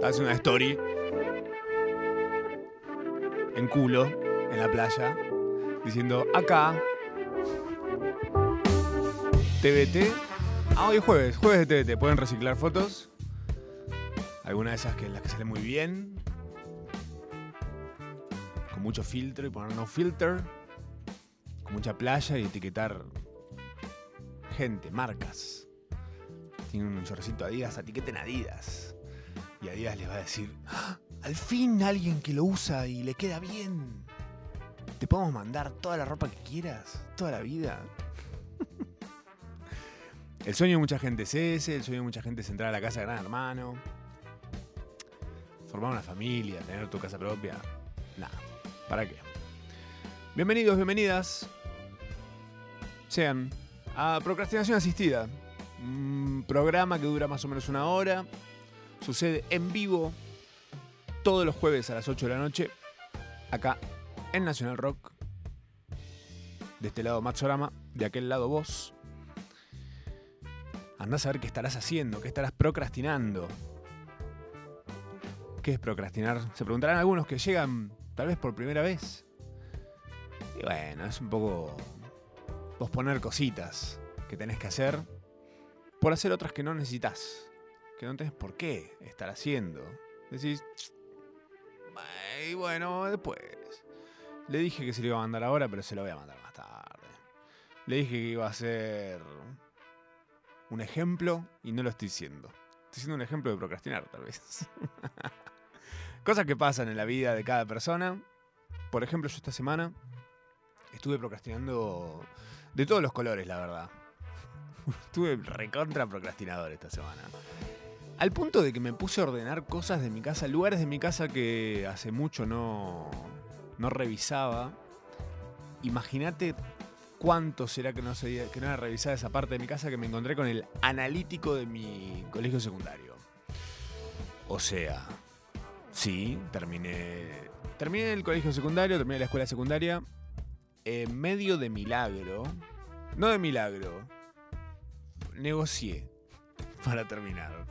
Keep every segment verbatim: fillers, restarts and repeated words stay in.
hace una story en culo, en la playa, diciendo acá T V T. Ah, hoy es jueves, jueves de T V T. Pueden reciclar fotos. Algunas de esas que las que salen muy bien, con mucho filtro, y poner no filter, con mucha playa y etiquetar gente, marcas. Tienen un chorrocito Adidas, etiqueten Adidas. Y Adidas les va a decir, ¡ah! Al fin alguien que lo usa y le queda bien. Te podemos mandar toda la ropa que quieras, toda la vida. El sueño de mucha gente es ese, el sueño de mucha gente es entrar a la casa de Gran Hermano, formar una familia, tener tu casa propia. Nada, ¿para qué? Bienvenidos, bienvenidas. Sean a Procrastinación Asistida, un programa que dura más o menos una hora. Sucede en vivo todos los jueves a las ocho de la noche, acá en Nacional Rock. De este lado Matsorama, de aquel lado vos. Andás a ver qué estarás haciendo, qué estarás procrastinando. ¿Qué es procrastinar? Se preguntarán algunos que llegan tal vez por primera vez. Y bueno, es un poco posponer cositas que tenés que hacer por hacer otras que no necesitas, que no tenés por qué estar haciendo. Decís, y bueno, después. Le dije que se lo iba a mandar ahora, pero se lo voy a mandar más tarde. Le dije que iba a ser un ejemplo y no lo estoy siendo. Estoy siendo un ejemplo de procrastinar, tal vez. Cosas que pasan en la vida de cada persona. Por ejemplo, yo esta semana estuve procrastinando de todos los colores, la verdad. Estuve recontra procrastinador esta semana. Al punto de que me puse a ordenar cosas de mi casa, lugares de mi casa que hace mucho no, no revisaba. Imagínate cuánto será que no, sabía, que no era revisada esa parte de mi casa, que me encontré con el analítico de mi colegio secundario. O sea, sí, terminé, terminé el colegio secundario, terminé la escuela secundaria en medio de milagro. No de milagro, negocié para terminar.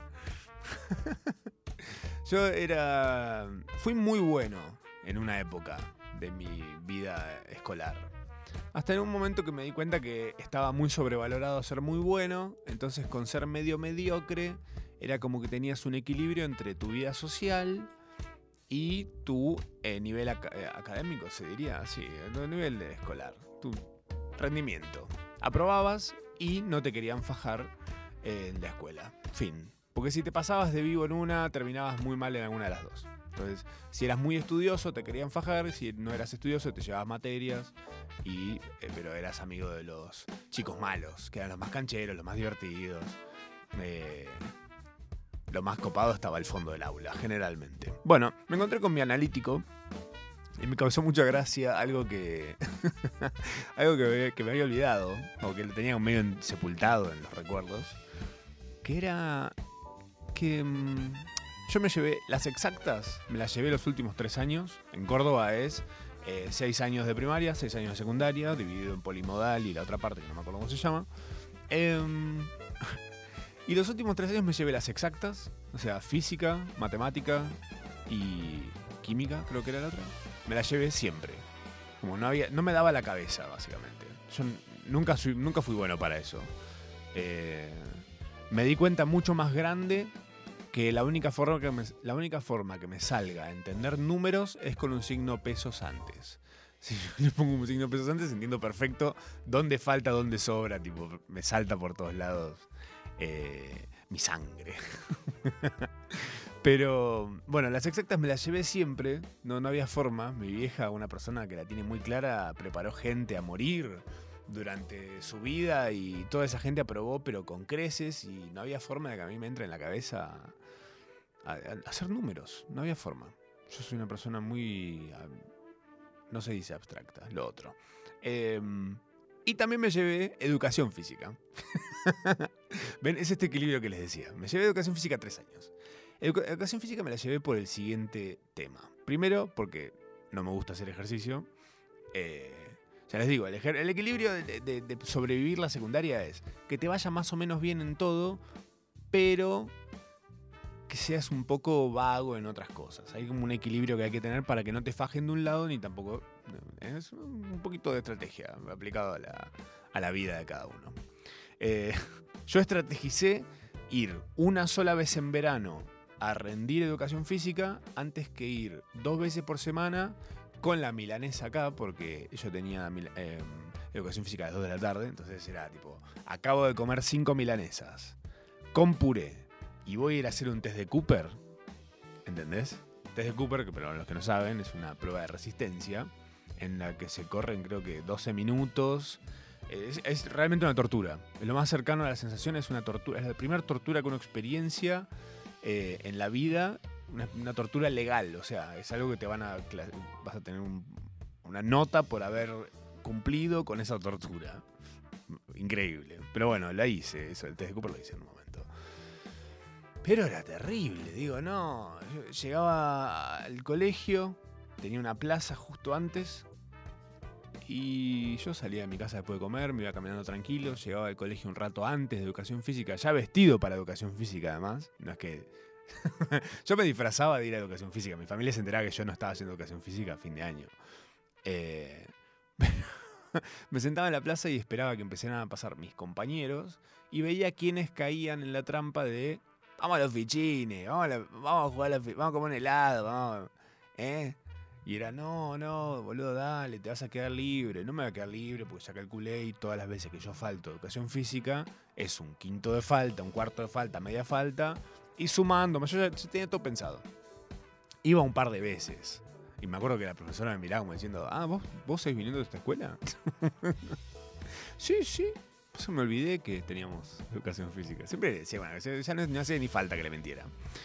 Yo era... Fui muy bueno en una época de mi vida escolar. Hasta en un momento que me di cuenta que estaba muy sobrevalorado ser muy bueno. Entonces con ser medio mediocre era como que tenías un equilibrio entre tu vida social y tu eh, nivel ac- eh, académico, se diría así, tu nivel de escolar, tu rendimiento. Aprobabas y no te querían fajar eh, en la escuela. Fin. Porque si te pasabas de vivo en una, terminabas muy mal en alguna de las dos. Entonces, si eras muy estudioso, te querían fajar. Si no eras estudioso, te llevabas materias. Y, eh, pero eras amigo de los chicos malos, que eran los más cancheros, los más divertidos. Eh, lo más copado estaba al fondo del aula, generalmente. Bueno, me encontré con mi analítico. Y me causó mucha gracia algo que... algo que me, que me había olvidado. O que lo tenía medio sepultado en los recuerdos. Que era... que... Mmm, yo me llevé las exactas, me las llevé los últimos tres años. En Córdoba es eh, seis años de primaria, seis años de secundaria, dividido en polimodal y la otra parte que no me acuerdo cómo se llama. Eh, y los últimos tres años me llevé las exactas, o sea, física, matemática y química, creo que era la otra. Me las llevé siempre. Como no había, no me daba la cabeza, básicamente. Yo nunca, fui, nunca fui bueno para eso. Eh, me di cuenta mucho más grande que la única forma que me, la única forma que me salga a entender números es con un signo pesos antes. Si yo le pongo un signo pesos antes, entiendo perfecto dónde falta, dónde sobra, tipo, me salta por todos lados eh, mi sangre. Pero, bueno, las exactas me las llevé siempre, no, no había forma. Mi vieja, una persona que la tiene muy clara, preparó gente a morir durante su vida y toda esa gente aprobó, pero con creces, y no había forma de que a mí me entre en la cabeza a, a, a hacer números. No había forma. Yo soy una persona muy... no se dice abstracta, lo otro. Eh, y también me llevé educación física. ¿Ven? Es este equilibrio que les decía. Me llevé educación física tres años. Edu- educación física me la llevé por el siguiente tema. Primero, porque no me gusta hacer ejercicio. Eh... Ya les digo, el, ejer- el equilibrio de, de, de sobrevivir la secundaria es que te vaya más o menos bien en todo, pero que seas un poco vago en otras cosas. Hay como un equilibrio que hay que tener para que no te fajen de un lado ni tampoco... Es un poquito de estrategia aplicado a la, a la vida de cada uno. Eh, yo estrategicé ir una sola vez en verano a rendir educación física antes que ir dos veces por semana con la milanesa acá, porque yo tenía eh, educación física a las dos de la tarde, entonces era tipo, acabo de comer cinco milanesas con puré y voy a ir a hacer un test de Cooper, ¿entendés? Test de Cooper, que para los que no saben, es una prueba de resistencia en la que se corren creo que doce minutos. Es, es realmente una tortura. Lo más cercano a la sensación es una tortura. Es la primera tortura que uno experiencia eh, en la vida, una, una tortura legal. O sea, es algo que te van a... Vas a tener un, una nota por haber cumplido con esa tortura. Increíble. Pero bueno, la hice. Eso, el test de Cooper lo hice en un momento. Pero era terrible. Digo, no. Yo llegaba al colegio, tenía una plaza justo antes. Y yo salía de mi casa después de comer, me iba caminando tranquilo, llegaba al colegio un rato antes de educación física, ya vestido para educación física además. No es que... yo me disfrazaba de ir a educación física, mi familia se enteraba que yo no estaba haciendo educación física a fin de año. Eh... me sentaba en la plaza y esperaba que empezaran a pasar mis compañeros y veía quiénes caían en la trampa de vamos a los fichines, vamos a, la... vamos a jugar a la... vamos a comer un helado, vamos... ¿eh? Y era, no, no, boludo, dale, te vas a quedar libre. No me voy a quedar libre porque ya calculé y todas las veces que yo falto educación física es un quinto de falta, un cuarto de falta, media falta. Y sumando, yo ya tenía todo pensado. Iba un par de veces. Y me acuerdo que la profesora me miraba como diciendo, ah, ¿vos, vos seguís viniendo de esta escuela? sí, sí. Pues me olvidé que teníamos educación física. Siempre le decía, bueno, ya no, no hacía ni falta que le mintiera.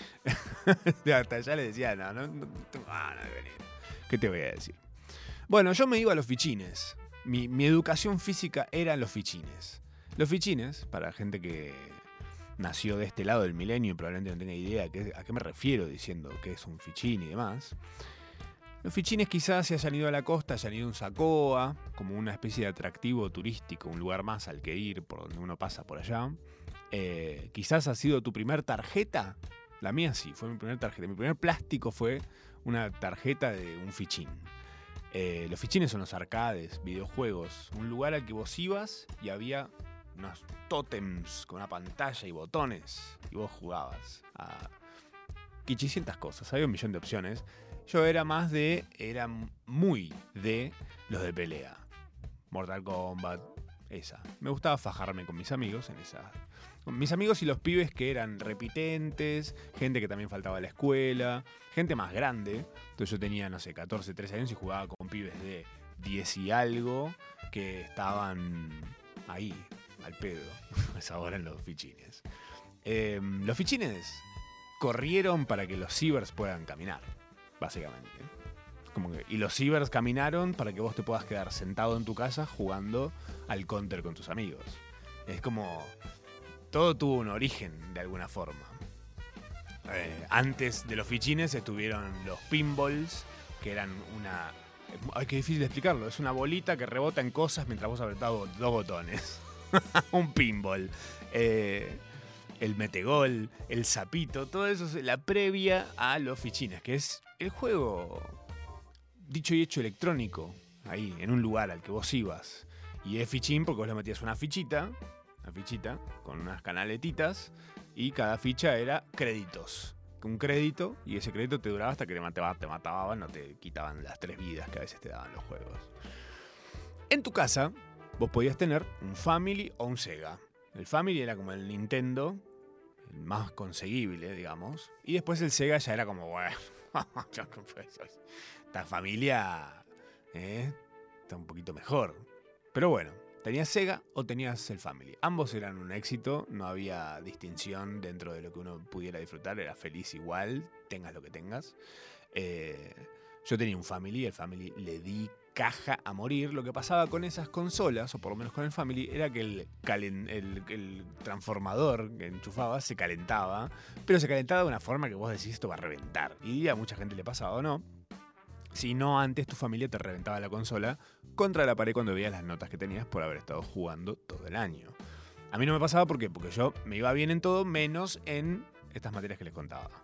Hasta ya le decía, no, no, no, ah, no debe venir. ¿Qué te voy a decir? Bueno, yo me iba a los fichines. Mi, mi educación física era en los fichines. Los fichines, para gente que nació de este lado del milenio y probablemente no tenga idea a qué, a qué me refiero diciendo que es un fichín y demás. Los fichines quizás se hayan ido a la costa, hayan ido a un Sacoa, como una especie de atractivo turístico, un lugar más al que ir por donde uno pasa por allá. Eh, quizás ha sido tu primer tarjeta. La mía sí, fue mi primer tarjeta. Mi primer plástico fue una tarjeta de un fichín. Eh, los fichines son los arcades, videojuegos, un lugar al que vos ibas y había unos tótems con una pantalla y botones y vos jugabas a quichicientas cosas, había un millón de opciones. Yo era más de, era muy de los de pelea. Mortal Kombat, esa. Me gustaba fajarme con mis amigos en esa... Mis amigos y los pibes que eran repitentes, gente que también faltaba a la escuela, gente más grande. Entonces yo tenía, no sé, catorce, trece años y jugaba con pibes de diez y algo que estaban ahí, al pedo, a esa hora en los fichines. Eh, los fichines corrieron para que los cibers puedan caminar, básicamente. Como que, y los cibers caminaron para que vos te puedas quedar sentado en tu casa jugando al counter con tus amigos. Es como... Todo tuvo un origen, de alguna forma. Eh, antes de los fichines estuvieron los pinballs, que eran una... Ay, qué difícil de explicarlo. Es una bolita que rebota en cosas mientras vos apretás dos botones. Un pinball. Eh, el metegol, el sapito, todo eso es la previa a los fichines, que es el juego, dicho y hecho, electrónico, ahí, en un lugar al que vos ibas. Y es fichín porque vos le metías una fichita... Una fichita con unas canaletitas y cada ficha era créditos. Un crédito y ese crédito te duraba hasta que te mataban, te mataban, no te quitaban las tres vidas que a veces te daban los juegos. En tu casa vos podías tener un Family o un Sega. El Family era como el Nintendo, el más conseguible, digamos. Y después el Sega ya era como, bueno, esta familia eh, está un poquito mejor. Pero bueno. ¿Tenías Sega o tenías el Family? Ambos eran un éxito, no había distinción dentro de lo que uno pudiera disfrutar, era feliz igual, tengas lo que tengas. Eh, yo tenía un Family, el Family le di caja a morir. Lo que pasaba con esas consolas, o por lo menos con el Family, era que el, calen, el, el transformador que enchufabas se calentaba, pero se calentaba de una forma que vos decís esto va a reventar. Y a mucha gente le pasaba o no. Si no, antes tu familia te reventaba la consola contra la pared cuando veías las notas que tenías por haber estado jugando todo el año. A mí no me pasaba, ¿por qué? Porque yo me iba bien en todo, menos en estas materias que les contaba.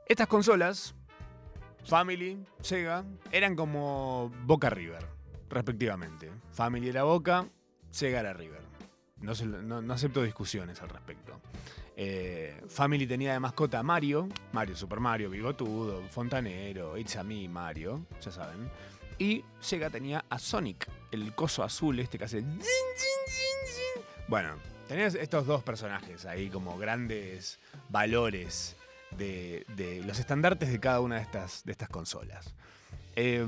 Estas consolas, Family, Sega, eran como Boca River, respectivamente. Family era Boca, Sega era River. No, se, no, no acepto discusiones al respecto. Eh, Family tenía de mascota a Mario, Mario Super Mario, bigotudo, fontanero, It's a Me, Mario, ya saben. Y Sega tenía a Sonic, el coso azul este que hace... Bueno, tenías estos dos personajes ahí como grandes valores de, de los estandartes de cada una de estas, de estas consolas. Eh,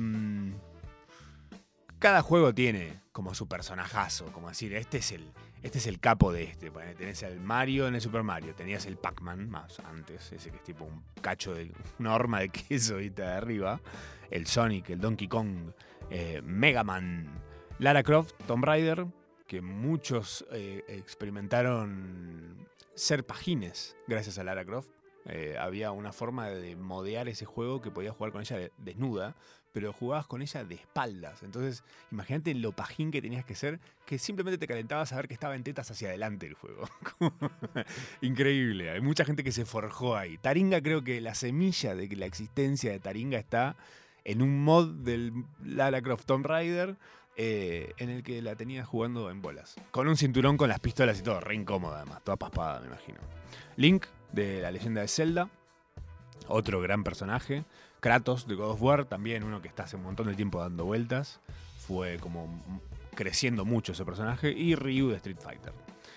cada juego tiene como su personajazo, como decir, este es el, este es el capo de este. Bueno, tenés el Mario en el Super Mario, tenías el Pac-Man más antes, ese que es tipo un cacho de una horma de queso y de arriba, el Sonic, el Donkey Kong, eh, Mega Man, Lara Croft, Tomb Raider, que muchos eh, experimentaron ser pajines gracias a Lara Croft. Eh, había una forma de modear ese juego que podías jugar con ella de, desnuda, pero jugabas con ella de espaldas. Entonces, imagínate lo pajín que tenías que ser, que simplemente te calentabas a ver que estaba en tetas hacia adelante el juego. Increíble. Hay mucha gente que se forjó ahí. Taringa, creo que la semilla de que la existencia de Taringa está en un mod del Lara Croft Tomb Raider, eh, en el que la tenías jugando en bolas. Con un cinturón con las pistolas y todo, re incómoda además, toda paspada, me imagino. Link, de La Leyenda de Zelda, otro gran personaje. Kratos, de God of War, también uno que está hace un montón de tiempo dando vueltas. Fue como creciendo mucho ese personaje. Y Ryu de Street Fighter.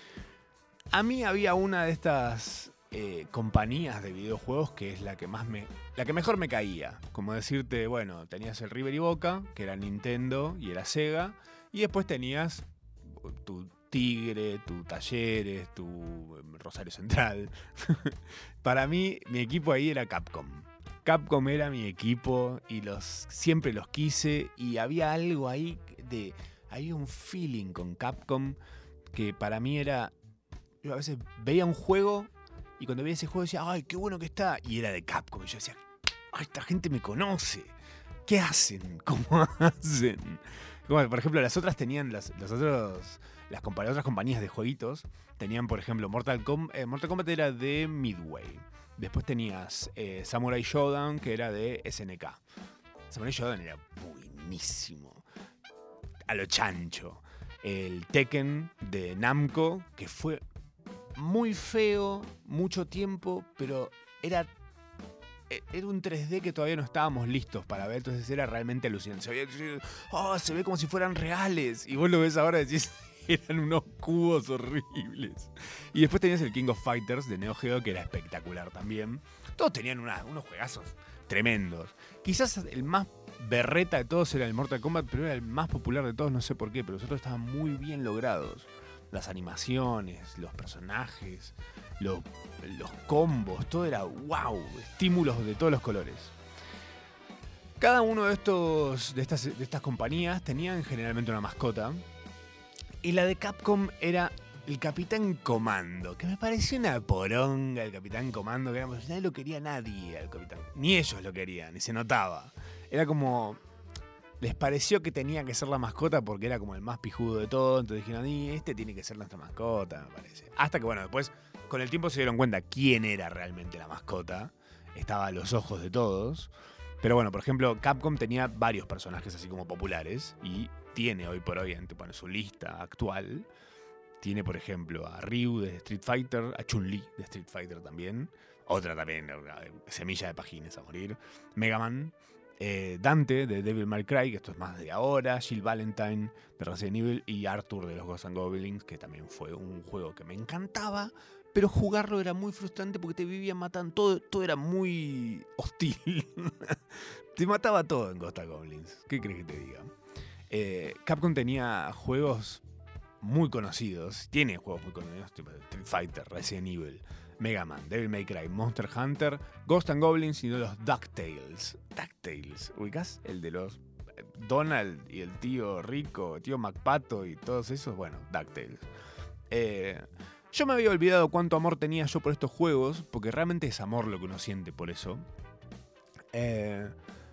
A mí había una de estas eh, compañías de videojuegos que es la que más me, la que mejor me caía. Como decirte, bueno, tenías el River y Boca, que era Nintendo y era Sega. Y después tenías tu Tigre, tu Talleres, tu Rosario Central. Para mí, mi equipo ahí era Capcom. Capcom era mi equipo y los siempre los quise, y había algo ahí de... Había un feeling con Capcom que para mí era... Yo a veces veía un juego y cuando veía ese juego decía, ¡ay, qué bueno que está! Y era de Capcom. Y yo decía, ¡ay, esta gente me conoce! ¿Qué hacen? ¿Cómo hacen? Como, por ejemplo, las otras tenían... Las, los otros... Las compa- otras compañías de jueguitos tenían, por ejemplo, Mortal Kombat. Eh, Mortal Kombat era de Midway. Después tenías eh, Samurai Shodown, que era de S N K. Samurai Shodown era buenísimo. A lo chancho. El Tekken de Namco, que fue muy feo, mucho tiempo, pero era... Era un tres D que todavía no estábamos listos para ver, entonces era realmente alucinante. Se veía, oh, se ve como si fueran reales. Y vos lo ves ahora y decís, eran unos cubos horribles. Y después tenías el King of Fighters de Neo Geo, que era espectacular también. Todos tenían una, unos juegazos tremendos. Quizás el más berreta de todos era el Mortal Kombat, pero era el más popular de todos, no sé por qué, pero los otros estaban muy bien logrados. Las animaciones, los personajes, los, los combos, todo era wow, estímulos de todos los colores. Cada uno de estos de estas, de estas compañías tenían generalmente una mascota. Y la de Capcom era el Capitán Comando, que me pareció una poronga el Capitán Comando, que pues, nadie lo quería nadie al Capitán. Ni ellos lo querían, y se notaba. Era como... Les pareció que tenía que ser la mascota porque era como el más pijudo de todo. Entonces dijeron, y este tiene que ser nuestra mascota, me parece. Hasta que, bueno, después, con el tiempo se dieron cuenta quién era realmente la mascota. Estaba a los ojos de todos. Pero bueno, por ejemplo, Capcom tenía varios personajes así como populares. Y tiene hoy por hoy, en, en su lista actual, tiene, por ejemplo, a Ryu de Street Fighter, a Chun-Li de Street Fighter también. Otra también, semilla de pajines a morir. Mega Man. Eh, Dante de Devil May Cry, que esto es más de ahora, Jill Valentine de Resident Evil y Arthur de los Ghosts and Goblins, que también fue un juego que me encantaba, pero jugarlo era muy frustrante porque te vivían matando, todo, todo era muy hostil. Te mataba todo en Ghosts and Goblins, ¿qué crees que te diga? Eh, Capcom tenía juegos muy conocidos, tiene juegos muy conocidos, tipo Street Fighter, Resident Evil, Mega Man, Devil May Cry, Monster Hunter, Ghosts and Goblins y de los DuckTales. DuckTales, ¿ubicás? El de los Donald y el tío Rico, tío MacPato y todos esos, bueno, DuckTales. Eh, yo me había olvidado cuánto amor tenía yo por estos juegos, porque realmente es amor lo que uno siente por eso. Eh,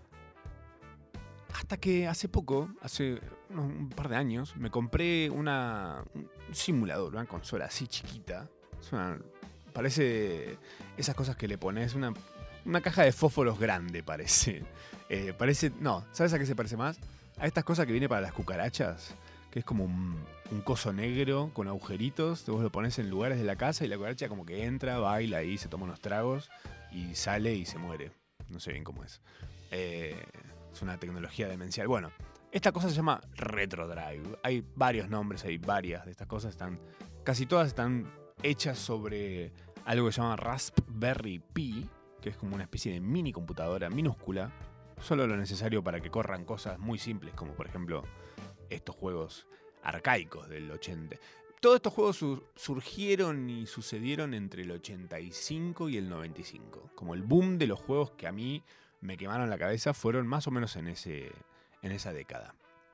hasta que hace poco, hace unos, un par de años, me compré una, un simulador, una consola así chiquita. Es una... Parece esas cosas que le pones, una una caja de fósforos grande, parece. Eh, parece. No, ¿sabes a qué se parece más? A estas cosas que viene para las cucarachas. Que es como un, un coso negro con agujeritos. Vos lo pones en lugares de la casa y la cucaracha como que entra, baila ahí, se toma unos tragos y sale y se muere. No sé bien cómo es. Eh, es una tecnología demencial. Bueno, esta cosa se llama RetroDrive. Hay varios nombres, hay varias de estas cosas. Están, casi todas están hechas sobre algo que se llama Raspberry Pi, que es como una especie de mini computadora minúscula. Solo lo necesario para que corran cosas muy simples, como por ejemplo estos juegos arcaicos del ochenta. Todos estos juegos sur- surgieron y sucedieron entre el ochenta y cinco y el noventa y cinco. Como el boom de los juegos que a mí me quemaron la cabeza fueron más o menos en, ese, en esa década.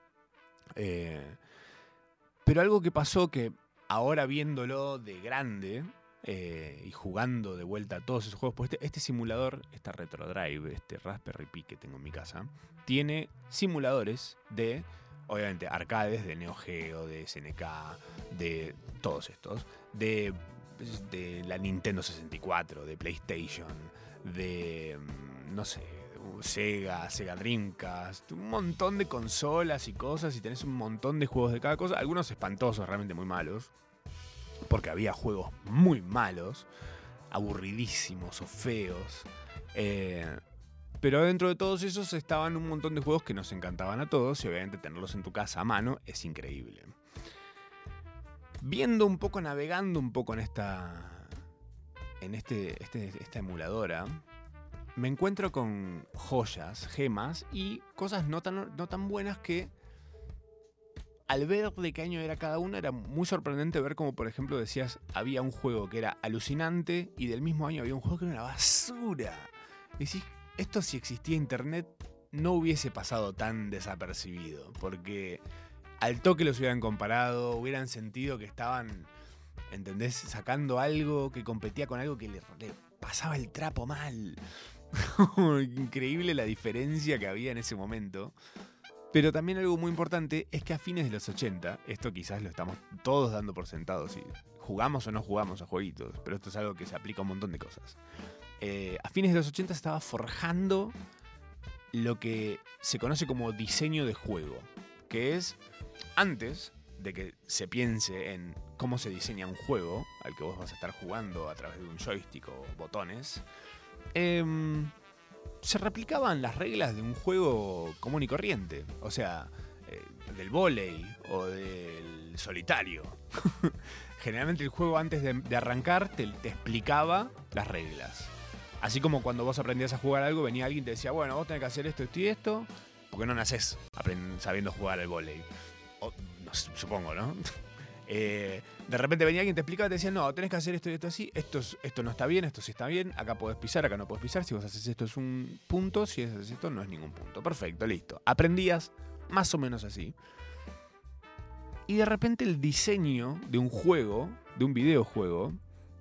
Eh, pero algo que pasó que ahora viéndolo de grande eh, y jugando de vuelta a todos esos juegos, pues este, este simulador, esta RetroDrive, este Raspberry Pi que tengo en mi casa, tiene simuladores de, obviamente, arcades de Neo Geo, de S N K, de todos estos, de, de la Nintendo sesenta y cuatro, de PlayStation, de, no sé, Sega, Sega Dreamcast, un montón de consolas y cosas, y tenés un montón de juegos de cada cosa, algunos espantosos, realmente muy malos, porque había juegos muy malos, aburridísimos o feos, eh, pero dentro de todos esos estaban un montón de juegos que nos encantaban a todos, y obviamente tenerlos en tu casa a mano es increíble. Viendo un poco, navegando un poco en esta, en este, este, esta emuladora, me encuentro con joyas, gemas y cosas no tan, no tan buenas que, al ver de qué año era cada una, era muy sorprendente ver como, por ejemplo, decías, había un juego que era alucinante y del mismo año había un juego que era una basura. Y decís, esto si existía internet no hubiese pasado tan desapercibido, porque al toque los hubieran comparado, hubieran sentido que estaban, ¿entendés?, sacando algo que competía con algo que le, le pasaba el trapo mal. Increíble la diferencia que había en ese momento. Pero también algo muy importante es que a fines de los ochenta, esto quizás lo estamos todos dando por sentado, si jugamos o no jugamos a jueguitos, pero esto es algo que se aplica a un montón de cosas. Eh, a fines de los ochenta se estaba forjando lo que se conoce como diseño de juego, que es, antes de que se piense en cómo se diseña un juego al que vos vas a estar jugando a través de un joystick o botones, eh, se replicaban las reglas de un juego común y corriente. O sea, eh, del vóley o del solitario. Generalmente el juego antes de, de arrancar te, te explicaba las reglas. Así como cuando vos aprendías a jugar algo, venía alguien y te decía, bueno, vos tenés que hacer esto, esto y esto, porque no nacés aprend- sabiendo jugar al vóley. O, no, supongo, ¿no? Eh, de repente venía alguien, te explicaba y te decía, no, tenés que hacer esto y esto así, esto, es, esto no está bien, esto sí está bien, acá podés pisar, acá no podés pisar, si vos haces esto es un punto, si haces esto no es ningún punto. Perfecto, listo. Aprendías más o menos así. Y de repente el diseño de un juego, de un videojuego,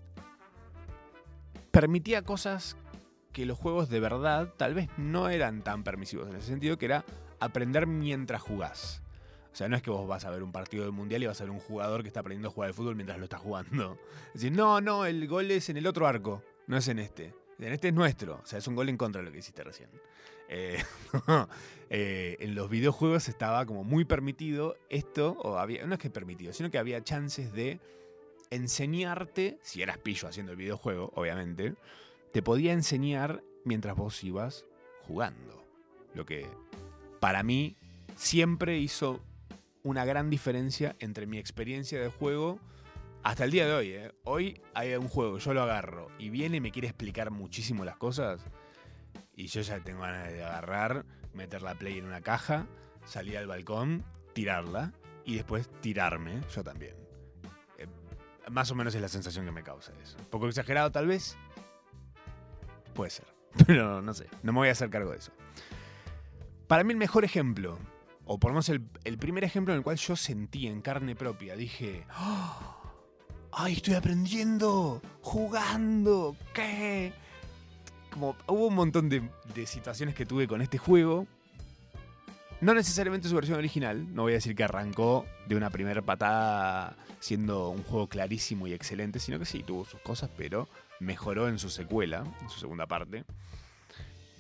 permitía cosas que los juegos de verdad tal vez no eran tan permisivos, en ese sentido que era aprender mientras jugás. O sea, no es que vos vas a ver un partido del mundial y vas a ver un jugador que está aprendiendo a jugar al fútbol mientras lo está jugando. Es decir, no, no, el gol es en el otro arco, no es en este. En este es nuestro, o sea, es un gol en contra de lo que hiciste recién. Eh, eh, en los videojuegos estaba como muy permitido esto, o había, no es que permitido, sino que había chances de enseñarte, si eras pillo haciendo el videojuego, obviamente, te podía enseñar mientras vos ibas jugando. Lo que para mí siempre hizo una gran diferencia entre mi experiencia de juego hasta el día de hoy. ¿eh? Hoy hay un juego, yo lo agarro y viene y me quiere explicar muchísimo las cosas y yo ya tengo ganas de agarrar, meter la Play en una caja, salir al balcón, tirarla y después tirarme yo también. Eh, más o menos es la sensación que me causa eso. Un poco exagerado tal vez, puede ser, pero no sé, no me voy a hacer cargo de eso. Para mí el mejor ejemplo, o por lo menos el, el primer ejemplo en el cual yo sentí en carne propia, dije, ¡oh! ¡Ay, estoy aprendiendo! ¡Jugando! ¿Qué? Como hubo un montón de, de situaciones que tuve con este juego. No necesariamente su versión original, no voy a decir que arrancó de una primera patada siendo un juego clarísimo y excelente, sino que sí, tuvo sus cosas, pero mejoró en su secuela, en su segunda parte.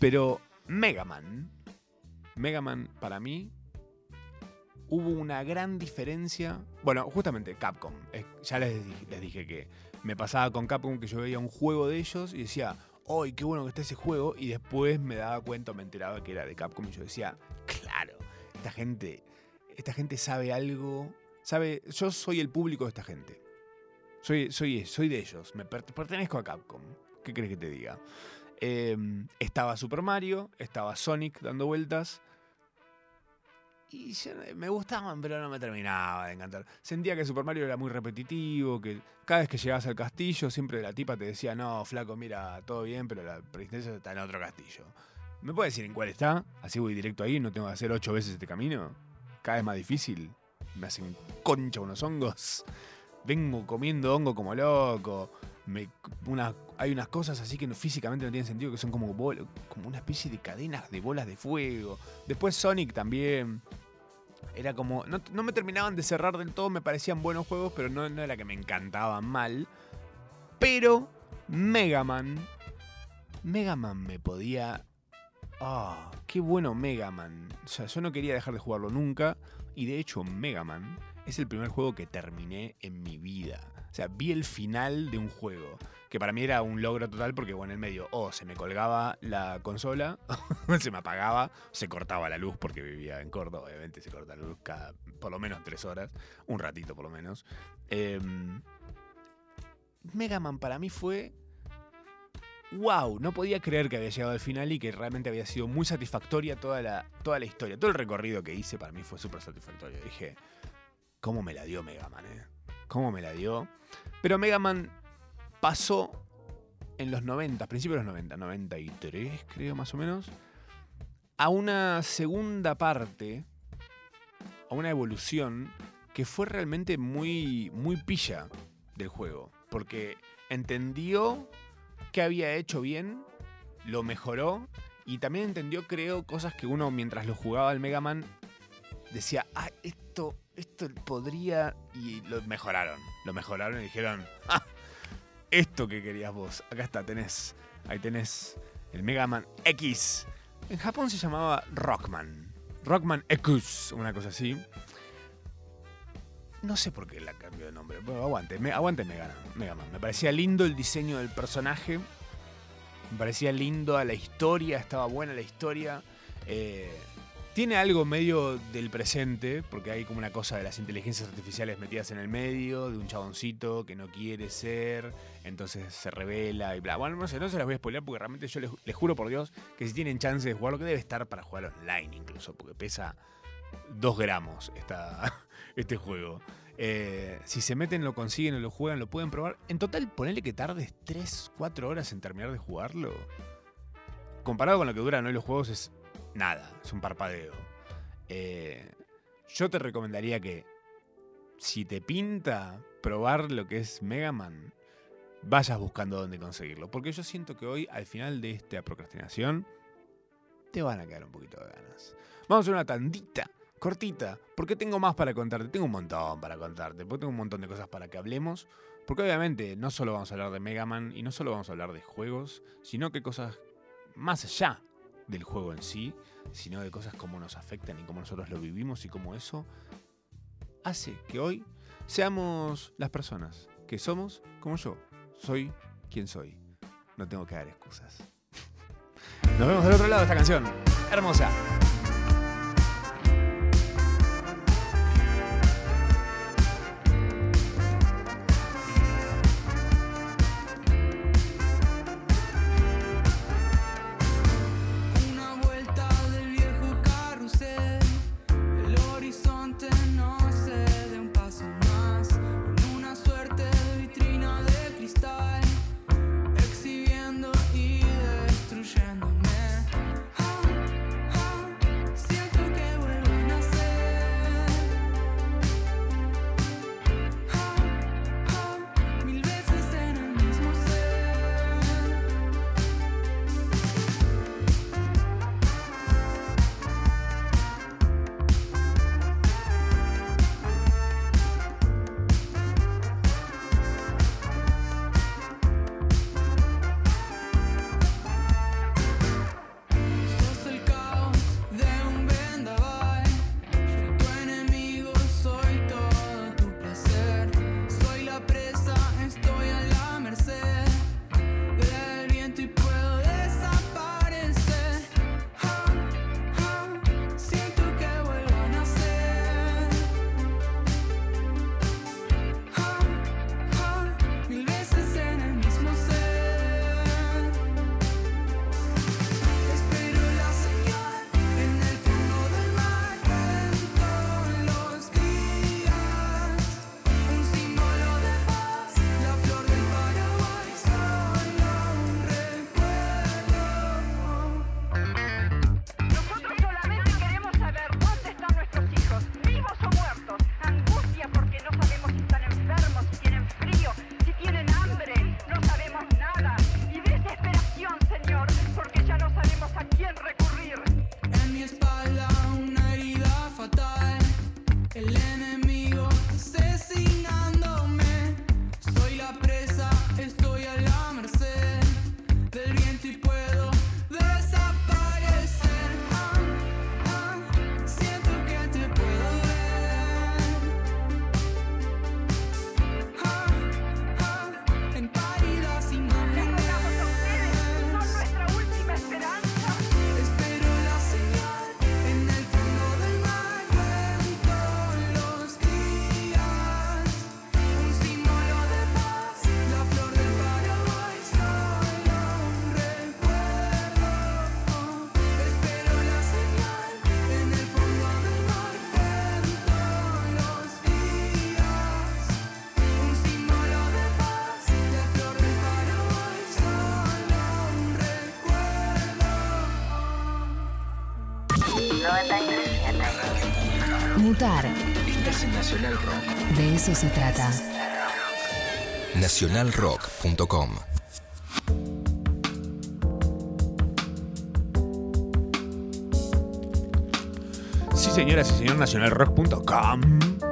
Pero Mega Man, Mega Man para mí, hubo una gran diferencia. Bueno, justamente Capcom. Eh, ya les, les dije que me pasaba con Capcom que yo veía un juego de ellos y decía, ¡ay, qué bueno que está ese juego! Y después me daba cuenta, me enteraba que era de Capcom y yo decía, claro, esta gente, esta gente sabe algo, sabe, yo soy el público de esta gente. Soy, soy, soy de ellos, me pertenezco a Capcom. ¿Qué crees que te diga? Eh, estaba Super Mario, estaba Sonic dando vueltas. Y yo, me gustaban, pero no me terminaba de encantar. Sentía que Super Mario era muy repetitivo, que cada vez que llegabas al castillo, siempre la tipa te decía, no, flaco, mira, todo bien, pero la princesa está en otro castillo. ¿Me puedes decir en cuál está? Así voy directo ahí, no tengo que hacer ocho veces este camino. Cada vez más difícil. Me hacen concha unos hongos. Vengo comiendo hongo como loco. Me, una, hay unas cosas así que no, físicamente no tienen sentido, que son como, bol, como una especie de cadenas de bolas de fuego. Después Sonic también. Era como, no, no me terminaban de cerrar del todo, me parecían buenos juegos, pero no, no era que me encantaban mal. Pero Mega Man, Mega Man me podía... ¡Ah! Oh, ¡qué bueno Mega Man! O sea, yo no quería dejar de jugarlo nunca. Y de hecho Mega Man es el primer juego que terminé en mi vida. O sea, vi el final de un juego, que para mí era un logro total porque, bueno, en el medio, o oh, se me colgaba la consola, se me apagaba, se cortaba la luz porque vivía en Córdoba, obviamente se corta la luz cada, por lo menos tres horas, un ratito por lo menos. Eh, Mega Man para mí fue... ¡Wow! No podía creer que había llegado al final y que realmente había sido muy satisfactoria toda la, toda la historia. Todo el recorrido que hice para mí fue súper satisfactorio. Dije, ¿cómo me la dio Mega Man, eh? ¿Cómo me la dio? Pero Mega Man pasó en los noventa, principios de los noventa, noventa y tres creo más o menos, a una segunda parte, a una evolución que fue realmente muy, muy pilla del juego. Porque entendió qué había hecho bien, lo mejoró y también entendió, creo, cosas que uno mientras lo jugaba al Mega Man decía, ah, esto... Esto podría... Y lo mejoraron. Lo mejoraron y dijeron, ¡ah! Esto que querías vos. Acá está, tenés. Ahí tenés el Mega Man X. En Japón se llamaba Rockman. Rockman X, una cosa así. No sé por qué la cambió de nombre. Bueno, aguante, me, aguante Mega, Mega Man. Me parecía lindo el diseño del personaje. Me parecía lindo a la historia. Estaba buena la historia. Eh... Tiene algo medio del presente, porque hay como una cosa de las inteligencias artificiales metidas en el medio, de un chaboncito que no quiere ser, entonces se revela y bla. Bueno, no sé, no se las voy a spoilear porque realmente yo les, les juro por Dios que si tienen chance de jugarlo, que debe estar para jugar online incluso, porque pesa dos gramos esta, este juego. Eh, si se meten, lo consiguen o lo juegan, lo pueden probar. En total, ponele que tardes tres, cuatro horas en terminar de jugarlo. Comparado con lo que duran hoy los juegos es... nada, es un parpadeo. Eh, yo te recomendaría que, si te pinta probar lo que es Mega Man, vayas buscando dónde conseguirlo. Porque yo siento que hoy, al final de esta procrastinación, te van a quedar un poquito de ganas. Vamos a hacer una tandita, cortita, porque tengo más para contarte. Tengo un montón para contarte, porque tengo un montón de cosas para que hablemos. Porque obviamente no solo vamos a hablar de Mega Man y no solo vamos a hablar de juegos, sino que cosas más allá del juego en sí, sino de cosas como nos afectan y cómo nosotros lo vivimos y cómo eso hace que hoy seamos las personas que somos como yo. Soy quien soy. No tengo que dar excusas. Nos vemos del otro lado de esta canción. Hermosa. Exhibiendo y destruyéndome. Ah, ah. noventa y tres punto siete. Mutar. Estás en Nacional Rock. De eso se trata. nacional rock punto com. Sí, señoras y señores, nacional rock punto com.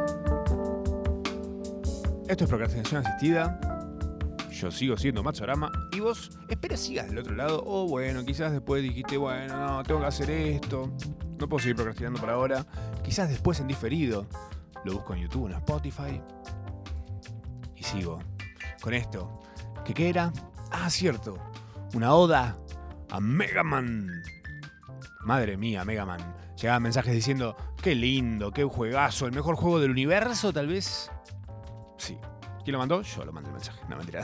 Esto es Procrastinación Asistida. Yo sigo siendo Matsorama. Y vos, espera, sigas del otro lado. O bueno, quizás después dijiste, bueno, no, tengo que hacer esto. No puedo seguir procrastinando por ahora. Quizás después en diferido. Lo busco en YouTube, en Spotify. Y sigo con esto. ¿Qué qué era? Ah, cierto. Una oda a Mega Man. Madre mía, Mega Man. Llegaban mensajes diciendo, qué lindo, qué juegazo, el mejor juego del universo, tal vez. Sí. ¿Quién lo mandó? Yo lo mandé el mensaje. No, mentira.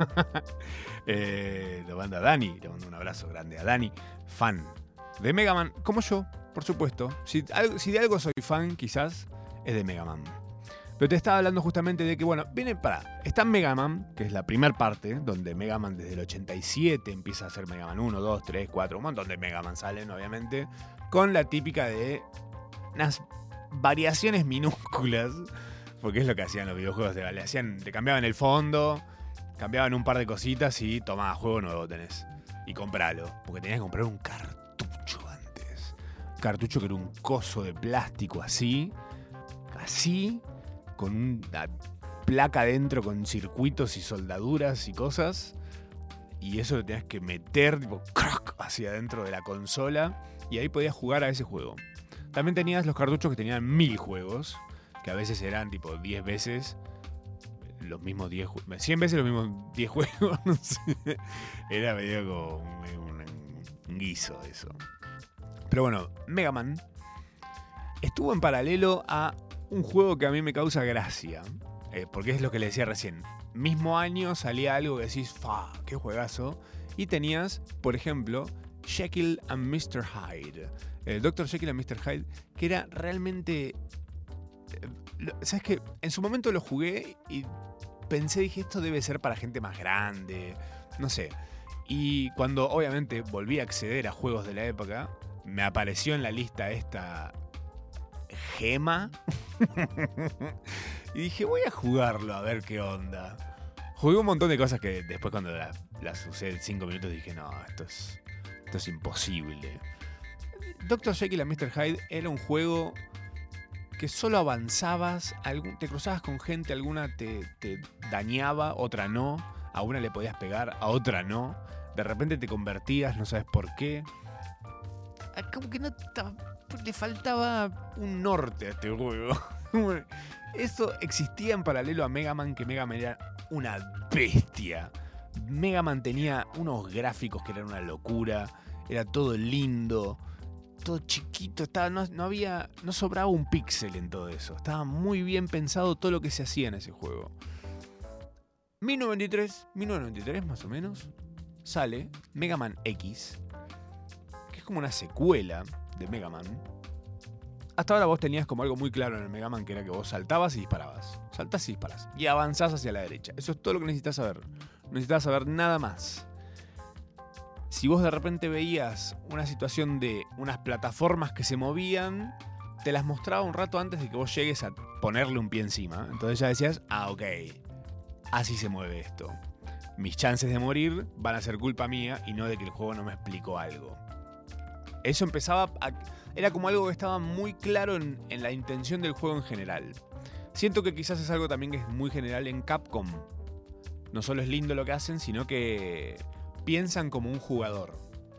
eh, lo manda Dani. Le mando un abrazo grande a Dani. Fan de Mega Man, como yo, por supuesto. Si, si de algo soy fan, quizás, es de Mega Man. Pero te estaba hablando justamente de que, bueno, viene para... Está Mega Man, que es la primera parte, donde Mega Man desde el ochenta y siete empieza a hacer Mega Man uno, dos, tres, cuatro, un montón de Mega Man salen, obviamente, con la típica de unas variaciones minúsculas, porque es lo que hacían los videojuegos, le, le hacían, te cambiaban el fondo, cambiaban un par de cositas y tomá, juego nuevo tenés. Y compralo, porque tenías que comprar un cartucho antes. Un cartucho que era un coso de plástico así, así, con una placa dentro con circuitos y soldaduras y cosas. Y eso lo tenías que meter tipo crack hacia adentro de la consola. Y ahí podías jugar a ese juego. También tenías los cartuchos que tenían mil juegos. Que a veces eran tipo diez veces los mismos diez juegos. cien veces los mismos diez juegos. No sé. Era medio como un, un, un guiso eso. Pero bueno, Mega Man estuvo en paralelo a un juego que a mí me causa gracia, eh, porque es lo que le decía recién. Mismo año salía algo que decís, ¡fa! ¡Qué juegazo! Y tenías, por ejemplo, Jekyll and mister Hyde. El doctor Jekyll and mister Hyde, que era realmente... Eh, ¿Sabes qué? En su momento lo jugué y pensé, dije, esto debe ser para gente más grande, no sé. Y cuando obviamente volví a acceder a juegos de la época, me apareció en la lista esta... Gema. Y dije, voy a jugarlo a ver qué onda. Jugué un montón de cosas que después cuando las, las usé cinco minutos dije, no, esto es, esto es imposible. doctor Jekyll and mister Hyde era un juego que solo avanzabas, algún, te cruzabas con gente, alguna te, te dañaba, otra no, a una le podías pegar, a otra no. De repente te convertías, no sabes por qué. Como que no estaba... Le faltaba un norte a este juego. Eso existía en paralelo a Mega Man, que Mega Man era una bestia. Mega Man tenía unos gráficos que eran una locura. Era todo lindo, todo chiquito. Estaba, no, no había, no sobraba un píxel en todo eso. Estaba muy bien pensado todo lo que se hacía en ese juego. mil novecientos noventa y tres, mil novecientos noventa y tres más o menos, sale Mega Man X, que es como una secuela de Mega Man. Hasta ahora vos tenías como algo muy claro en el Mega Man, que era que vos saltabas y disparabas. Saltás y disparás. Y avanzás hacia la derecha. Eso es todo lo que necesitas saber. No necesitas saber nada más. Si vos de repente veías una situación de unas plataformas que se movían, te las mostraba un rato antes de que vos llegues a ponerle un pie encima. Entonces ya decías, ah, ok, así se mueve esto. Mis chances de morir van a ser culpa mía y no de que el juego no me explicó algo. Eso empezaba a... Era como algo que estaba muy claro en, en la intención del juego en general. Siento que quizás es algo también que es muy general en Capcom. No solo es lindo lo que hacen, sino que piensan como un jugador.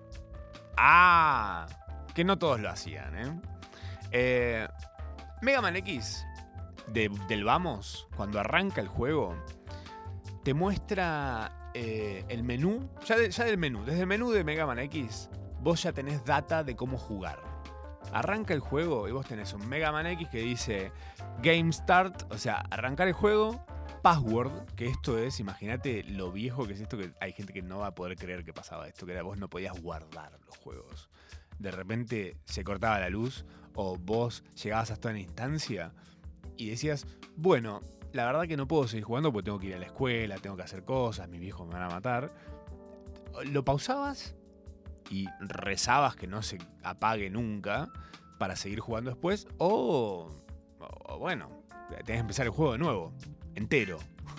¡Ah! Que no todos lo hacían, ¿eh? eh Mega Man X, de, del Vamos, cuando arranca el juego, te muestra eh, el menú. Ya, de, ya del menú, desde el menú de Mega Man X... Vos ya tenés data de cómo jugar. Arranca el juego y vos tenés un Mega Man X que dice Game Start, o sea, arrancar el juego, Password, que esto es, imagínate lo viejo que es esto, que hay gente que no va a poder creer que pasaba esto, que era vos no podías guardar los juegos. De repente se cortaba la luz o vos llegabas hasta una instancia y decías, bueno, la verdad que no puedo seguir jugando porque tengo que ir a la escuela, tengo que hacer cosas, mis viejos me van a matar. Lo pausabas y rezabas que no se apague nunca para seguir jugando después, o, o bueno, tenés que empezar el juego de nuevo, entero.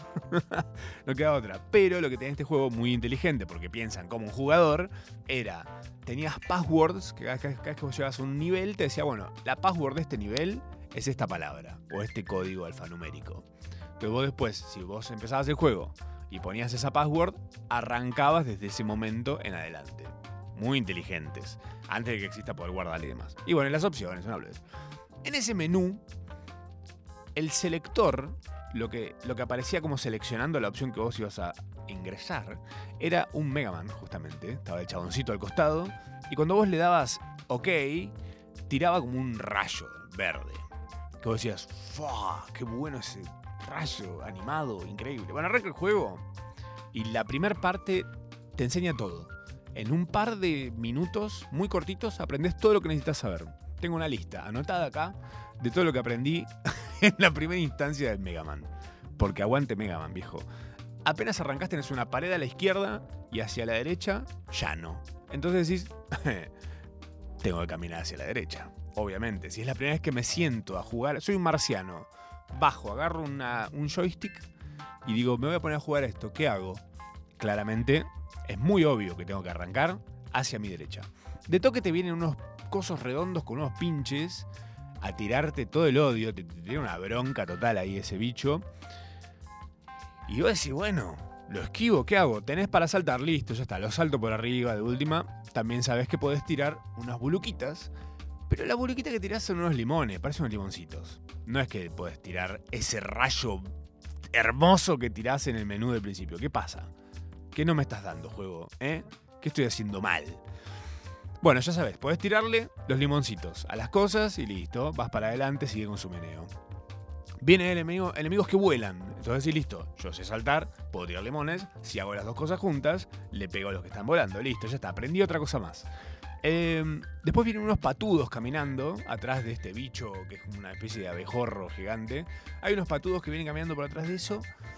No queda otra. Pero lo que tenía este juego muy inteligente, porque piensan como un jugador, era, tenías passwords, que cada, cada, cada vez que vos llegabas a un nivel, te decía, bueno, la password de este nivel es esta palabra, o este código alfanumérico. Entonces vos después, si vos empezabas el juego y ponías esa password, arrancabas desde ese momento en adelante. Muy inteligentes, antes de que exista poder guardar y demás. Y bueno, las opciones, no hables. En ese menú, el selector, lo que, lo que aparecía como seleccionando la opción que vos ibas a ingresar, era un Mega Man, justamente. Estaba el chaboncito al costado, y cuando vos le dabas OK, tiraba como un rayo verde. Que vos decías, ¡fua! ¡Qué bueno ese rayo animado! Increíble. Bueno, arranca el juego, y la primera parte te enseña todo. En un par de minutos muy cortitos aprendés todo lo que necesitas saber. Tengo una lista anotada acá de todo lo que aprendí en la primera instancia del Mega Man. Porque aguante Mega Man, viejo. Apenas arrancaste tenés una pared a la izquierda y hacia la derecha, ya no. Entonces decís, tengo que caminar hacia la derecha. Obviamente, si es la primera vez que me siento a jugar, soy un marciano. Bajo, agarro una, un joystick y digo, me voy a poner a jugar esto. ¿Qué hago? Claramente, es muy obvio que tengo que arrancar hacia mi derecha. De toque te vienen unos cosos redondos con unos pinches a tirarte todo el odio, te, te tiene una bronca total ahí ese bicho. Y vos decís, bueno, lo esquivo, ¿qué hago? Tenés para saltar, listo, ya está, lo salto por arriba de última. También sabés que podés tirar unas buluquitas, pero las buluquitas que tirás son unos limones, parecen unos limoncitos. No es que podés tirar ese rayo hermoso que tirás en el menú del principio. ¿Qué pasa? ¿Qué no me estás dando, juego? ¿Eh? ¿Qué estoy haciendo mal? Bueno, ya sabes, podés tirarle los limoncitos a las cosas y listo, vas para adelante, sigue con su meneo. Vienen enemigo, enemigos que vuelan, entonces sí, listo, yo sé saltar, puedo tirar limones, si hago las dos cosas juntas, le pego a los que están volando, listo, ya está, aprendí otra cosa más. Eh, después vienen unos patudos caminando atrás de este bicho que es una especie de abejorro gigante. Hay unos patudos que vienen caminando por atrás de eso,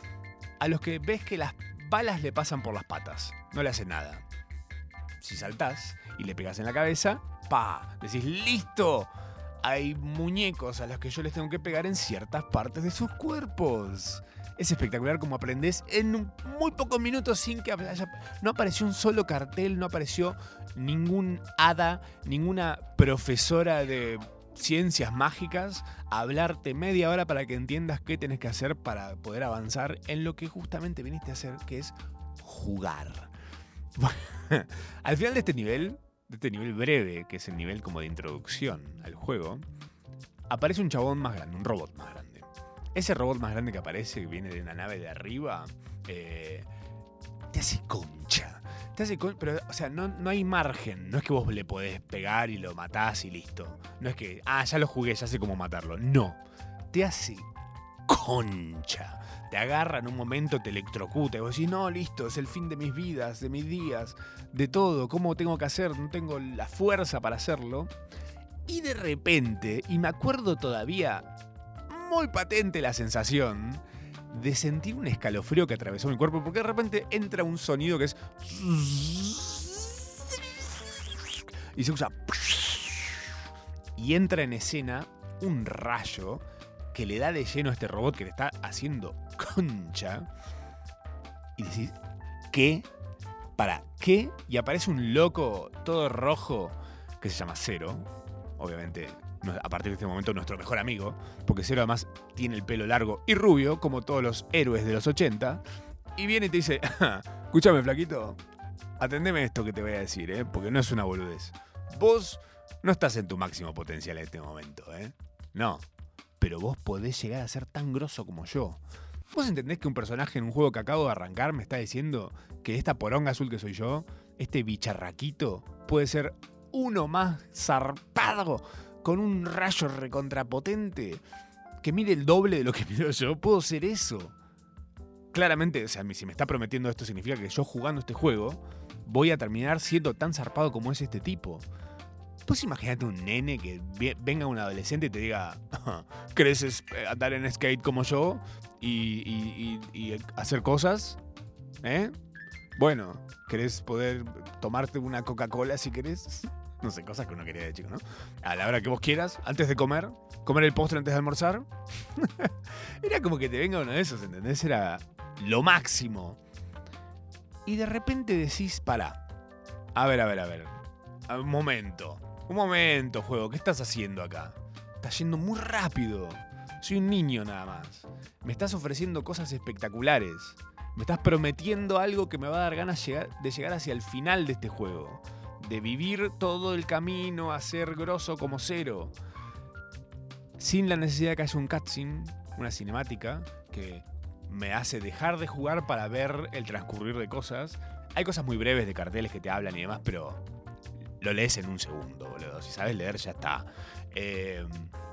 a los que ves que las balas le pasan por las patas, no le hacen nada. Si saltás y le pegas en la cabeza, ¡pa! Decís, ¡listo! Hay muñecos a los que yo les tengo que pegar en ciertas partes de sus cuerpos. Es espectacular como aprendés en un muy pocos minutos sin que haya... No apareció un solo cartel, no apareció ningún hada, ninguna profesora de ciencias mágicas a hablarte media hora para que entiendas qué tenés que hacer para poder avanzar en lo que justamente viniste a hacer, que es jugar. Bueno, al final de este nivel, de este nivel breve, que es el nivel como de introducción al juego, aparece un chabón más grande, un robot más grande. Ese robot más grande que aparece, que viene de una nave de arriba, eh, te hace concha. Te hace concha, pero, o sea, no, no hay margen. No es que vos le podés pegar y lo matás y listo. No es que, ah, ya lo jugué, ya sé cómo matarlo. No. Te hace concha. Te agarra en un momento, te electrocuta y vos decís, no, listo, es el fin de mis vidas, de mis días, de todo, ¿cómo tengo que hacer? No tengo la fuerza para hacerlo. Y de repente, y me acuerdo todavía muy patente la sensación de sentir un escalofrío que atravesó mi cuerpo, porque de repente entra un sonido que es... y se usa... y entra en escena un rayo que le da de lleno a este robot que le está haciendo concha. Y decís, ¿qué? ¿Para qué? Y aparece un loco todo rojo que se llama Zero. Obviamente, a partir de este momento, nuestro mejor amigo. Porque Zero además tiene el pelo largo y rubio, como todos los héroes de los ochenta. Y viene y te dice, escúchame, flaquito, atendeme esto que te voy a decir, ¿eh? Porque no es una boludez. Vos no estás en tu máximo potencial en este momento, ¿eh? No. Pero vos podés llegar a ser tan grosso como yo. ¿Vos entendés que un personaje en un juego que acabo de arrancar me está diciendo que esta poronga azul que soy yo, este bicharraquito, puede ser uno más zarpado con un rayo recontrapotente que mide el doble de lo que mido yo? ¿Puedo ser eso? Claramente, o sea, si me está prometiendo esto, significa que yo jugando este juego voy a terminar siendo tan zarpado como es este tipo. Pues imagínate un nene que venga un adolescente y te diga, ¿querés andar en skate como yo y, y, y, y hacer cosas? ¿Eh? Bueno, ¿querés poder tomarte una Coca-Cola si querés? No sé, cosas que uno quería de chico, ¿no? A la hora que vos quieras, antes de comer, comer el postre antes de almorzar. Era como que te venga uno de esos, ¿entendés? Era lo máximo. Y de repente decís, pará. A ver, a ver, a ver. A un momento. Un momento, juego. ¿Qué estás haciendo acá? Estás yendo muy rápido. Soy un niño nada más. Me estás ofreciendo cosas espectaculares. Me estás prometiendo algo que me va a dar ganas de llegar hacia el final de este juego. De vivir todo el camino a ser grosso como cero. Sin la necesidad de que haya un cutscene, una cinemática, que me hace dejar de jugar para ver el transcurrir de cosas. Hay cosas muy breves de carteles que te hablan y demás, pero lo lees en un segundo, boludo. Si sabes leer, ya está. Eh,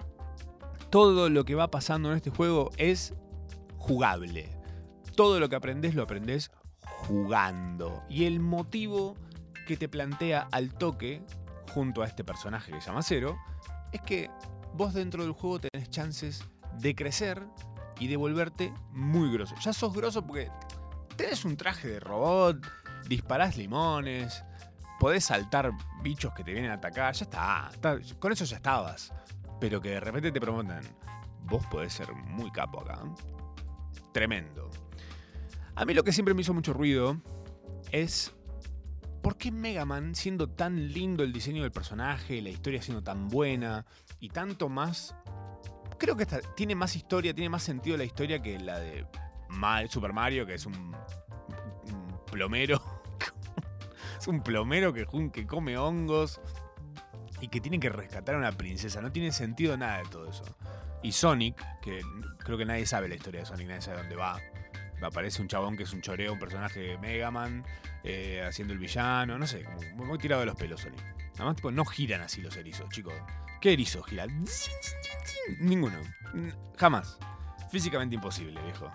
todo lo que va pasando en este juego es jugable. Todo lo que aprendés, lo aprendés jugando. Y el motivo que te plantea al toque, junto a este personaje que se llama Zero, es que vos dentro del juego tenés chances de crecer y de volverte muy grosso. Ya sos grosso porque tenés un traje de robot, disparás limones, podés saltar bichos que te vienen a atacar, ya está, está, con eso ya estabas. Pero que de repente te prometan, vos podés ser muy capo acá. Tremendo. A mí lo que siempre me hizo mucho ruido es ¿por qué Mega Man, siendo tan lindo el diseño del personaje, la historia siendo tan buena y tanto más... Creo que esta, tiene más historia, tiene más sentido la historia que la de Super Mario, que es un, un plomero. Es un plomero que, que come hongos y que tiene que rescatar a una princesa. No tiene sentido nada de todo eso. Y Sonic, que creo que nadie sabe la historia de Sonic, nadie sabe dónde va. Aparece un chabón que es un choreo, un personaje de Mega Man, eh, haciendo el villano, no sé, como muy tirado de los pelos Sonic. Además, tipo, no giran así los erizos, chicos. ¿Qué erizo gira? Ninguno. Jamás. Físicamente imposible, viejo.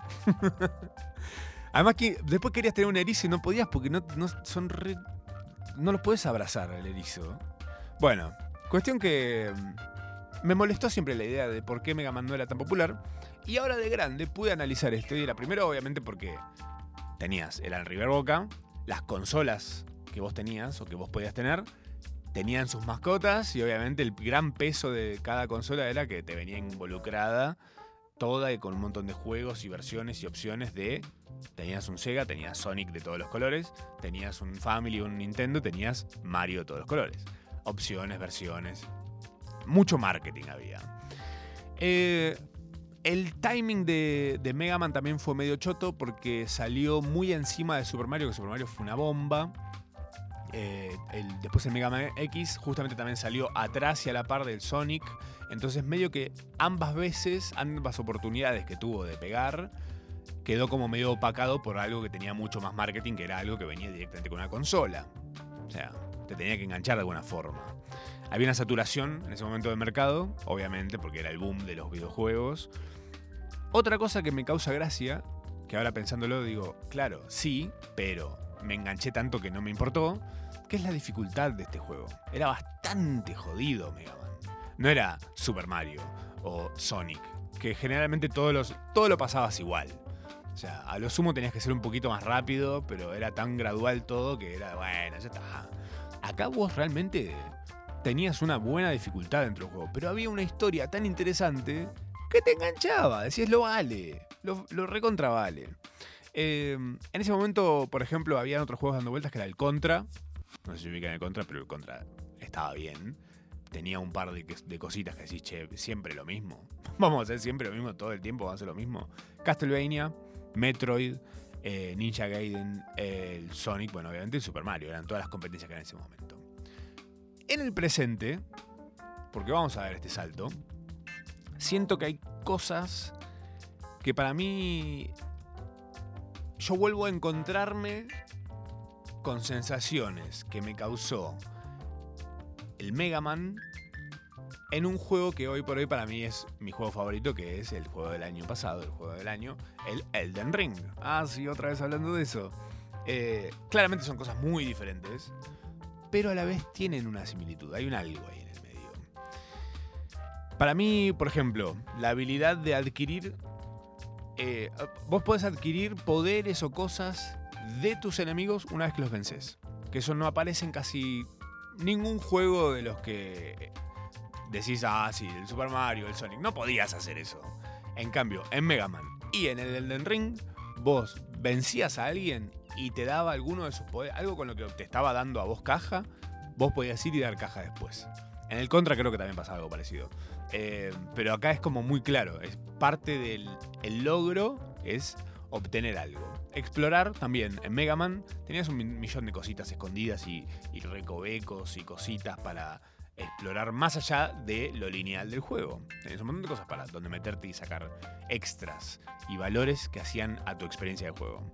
Además que después querías tener un erizo y no podías porque no, no son re... no los podés abrazar al erizo. Bueno, cuestión que me molestó siempre la idea de por qué Mega Man no era tan popular. Y ahora de grande pude analizar esto. Y era primero, obviamente, porque tenías el River Boca, las consolas que vos tenías o que vos podías tener, tenían sus mascotas. Y obviamente el gran peso de cada consola era que te venía involucrada toda y con un montón de juegos y versiones y opciones de... Tenías un Sega, tenías Sonic de todos los colores, tenías un Family, un Nintendo, tenías Mario de todos los colores. Opciones, versiones. Mucho marketing había. Eh... El timing de, de Mega Man también fue medio choto porque salió muy encima de Super Mario, que Super Mario fue una bomba. Eh, el, después el Mega Man X justamente también salió atrás y a la par del Sonic. Entonces medio que ambas veces, ambas oportunidades que tuvo de pegar, quedó como medio opacado por algo que tenía mucho más marketing, que era algo que venía directamente con una consola. O sea, te tenía que enganchar de alguna forma. Había una saturación en ese momento del mercado, obviamente, porque era el boom de los videojuegos. Otra cosa que me causa gracia, que ahora pensándolo digo, claro, sí, pero me enganché tanto que no me importó, que es la dificultad de este juego. Era bastante jodido Mega Man. No era Super Mario o Sonic, que generalmente todos los, todo lo pasabas igual. O sea, a lo sumo tenías que ser un poquito más rápido, pero era tan gradual todo que era, bueno, ya está. Acá vos realmente tenías una buena dificultad dentro del juego, pero había una historia tan interesante que te enganchaba. Decías, lo vale, lo, lo recontra vale. Eh, en ese momento, por ejemplo, había otros juegos dando vueltas que era el Contra. No sé si ubican el Contra, pero el Contra estaba bien. Tenía un par de, de cositas que decís, che, siempre lo mismo. Vamos a hacer siempre lo mismo todo el tiempo, vamos a hacer lo mismo. Castlevania, Metroid, eh, Ninja Gaiden, eh, el Sonic, bueno, obviamente el Super Mario. Eran todas las competencias que eran en ese momento. En el presente, porque vamos a ver este salto, siento que hay cosas que para mí yo vuelvo a encontrarme con sensaciones que me causó el Mega Man en un juego que hoy por hoy para mí es mi juego favorito, que es el juego del año pasado, el juego del año, el Elden Ring. Ah, sí, otra vez hablando de eso. Eh, claramente son cosas muy diferentes, pero a la vez tienen una similitud, hay un algo ahí en el medio. Para mí, por ejemplo, la habilidad de adquirir... Eh, vos podés adquirir poderes o cosas de tus enemigos una vez que los vences. Que eso no aparece en casi ningún juego de los que decís, ah, sí, el Super Mario, el Sonic, no podías hacer eso. En cambio, en Mega Man y en el Elden Ring, vos vencías a alguien y te daba alguno de sus poderes, algo con lo que te estaba dando a vos caja, vos podías ir y dar caja después. En el Contra creo que también pasaba algo parecido. Eh, pero acá es como muy claro, es parte del el logro, es obtener algo. Explorar también, en Mega Man tenías un millón de cositas escondidas y, y recovecos y cositas para explorar más allá de lo lineal del juego. Tenés un montón de cosas para donde meterte y sacar extras y valores que hacían a tu experiencia de juego.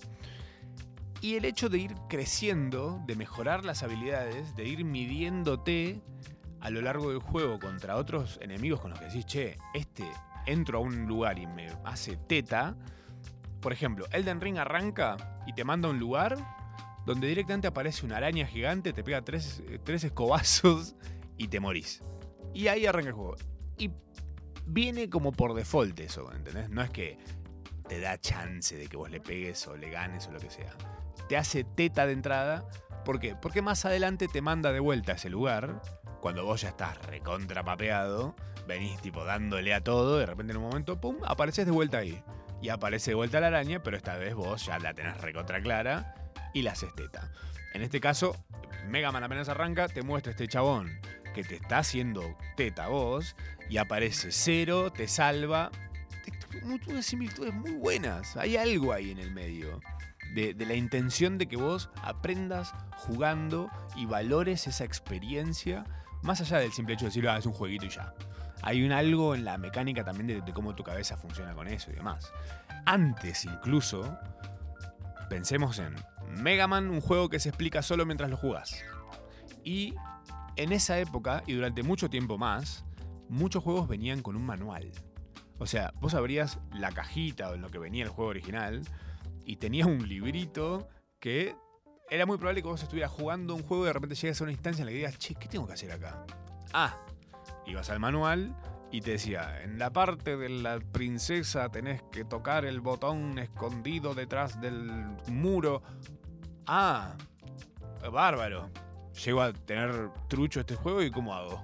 Y el hecho de ir creciendo, de mejorar las habilidades, de ir midiéndote a lo largo del juego contra otros enemigos con los que decís, che, este entro a un lugar y me hace teta. Por ejemplo, Elden Ring arranca y te manda a un lugar donde directamente aparece una araña gigante, te pega tres, tres escobazos y te morís. Y ahí arranca el juego. Y viene como por default eso, ¿entendés? No es que te da chance de que vos le pegues o le ganes o lo que sea. Te hace teta de entrada. ¿Por qué? Porque más adelante te manda de vuelta a ese lugar. Cuando vos ya estás recontrapapeado, venís tipo dándole a todo, de repente en un momento, pum, apareces de vuelta ahí. Y aparece de vuelta la araña, pero esta vez vos ya la tenés recontra clara y la haces teta. En este caso, Mega Man apenas arranca, te muestra este chabón que te está haciendo teta a vos y aparece Zero, te salva. Unas similitudes muy buenas. Hay algo ahí en el medio. De, de la intención de que vos aprendas jugando y valores esa experiencia más allá del simple hecho de decir, ah, es un jueguito y ya. Hay un algo en la mecánica también de, de cómo tu cabeza funciona con eso y demás. Antes incluso, pensemos en Mega Man, un juego que se explica solo mientras lo jugás. Y en esa época, y durante mucho tiempo más, muchos juegos venían con un manual. O sea, vos abrías la cajita o en lo que venía el juego original y tenías un librito que era muy probable que vos estuvieras jugando un juego y de repente llegas a una instancia en la que digas, che, ¿qué tengo que hacer acá? Ah, ibas al manual y te decía, en la parte de la princesa tenés que tocar el botón escondido detrás del muro. Ah, bárbaro. Llego a tener trucho este juego y ¿cómo hago?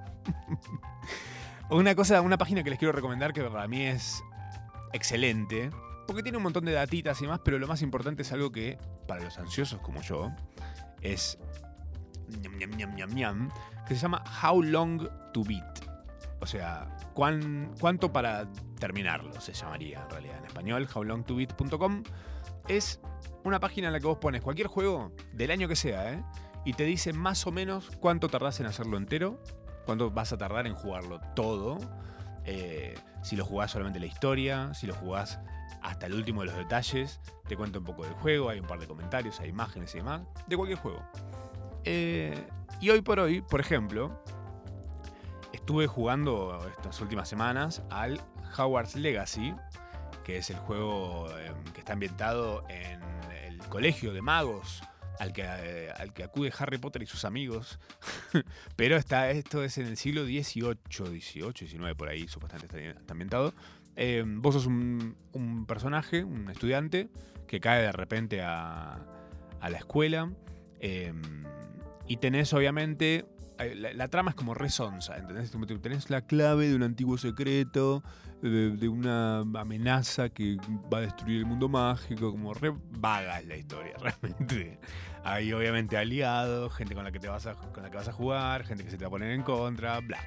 Una cosa, una página que les quiero recomendar que para mí es excelente, porque tiene un montón de datitas y demás, pero lo más importante es algo que, para los ansiosos como yo, es ñam, ñam, ñam, ñam, ñam, que se llama How Long to Beat. O sea, ¿cuán, cuánto para terminarlo se llamaría en realidad en español, how long to beat punto com. Es una página en la que vos pones cualquier juego del año que sea, ¿eh? Y te dice más o menos cuánto tardás en hacerlo entero, cuánto vas a tardar en jugarlo todo, eh, si lo jugás solamente la historia, si lo jugás hasta el último de los detalles, te cuenta un poco del juego, hay un par de comentarios, hay imágenes y demás, de cualquier juego. Eh, y hoy por hoy, por ejemplo, estuve jugando estas últimas semanas al Hogwarts Legacy, que es el juego eh, que está ambientado en el colegio de magos al que, eh, al que acude Harry Potter y sus amigos. Pero está, esto es en el siglo dieciocho, dieciocho, diecinueve, por ahí supuestamente está, está ambientado. Eh, vos sos un, un personaje, un estudiante, que cae de repente a, a la escuela. Eh, y tenés obviamente... La, la trama es como re sonsa, ¿entendés? Tenés la clave de un antiguo secreto, de, de una amenaza que va a destruir el mundo mágico, como re vaga es la historia, realmente. Hay obviamente aliados, gente con la que te vas a, con la que vas a jugar, gente que se te va a poner en contra, bla.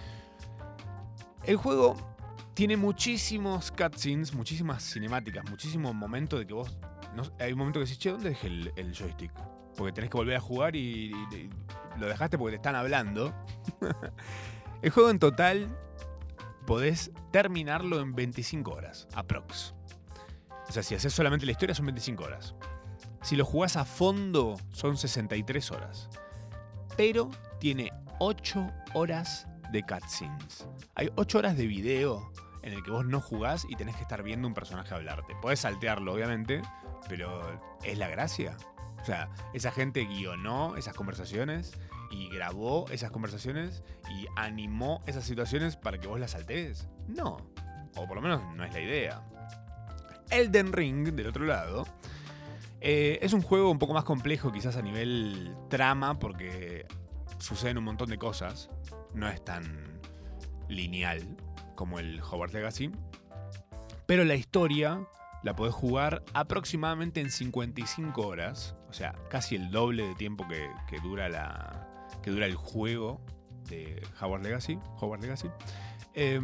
El juego tiene muchísimos cutscenes, muchísimas cinemáticas, muchísimos momentos de que vos... No, hay un momento que decís, che, ¿dónde dejé el, el joystick? Porque tenés que volver a jugar y, y, y lo dejaste porque te están hablando. El juego en total podés terminarlo en veinticinco horas, aprox. O sea, si haces solamente la historia son veinticinco horas. Si lo jugás a fondo son sesenta y tres horas. Pero tiene ocho horas de cutscenes. Hay ocho horas de video en el que vos no jugás y tenés que estar viendo un personaje hablarte. Podés saltearlo, obviamente, pero ¿es la gracia? O sea, esa gente guionó esas conversaciones y grabó esas conversaciones y animó esas situaciones para que vos las saltees. No. O por lo menos no es la idea. Elden Ring, del otro lado, eh, es un juego un poco más complejo quizás a nivel trama porque suceden un montón de cosas. No es tan lineal como el Hogwarts Legacy. Pero la historia la podés jugar aproximadamente en cincuenta y cinco horas. O sea, casi el doble de tiempo que, que, dura, la, que dura el juego de Hogwarts Legacy. Hogwarts Legacy. Eh,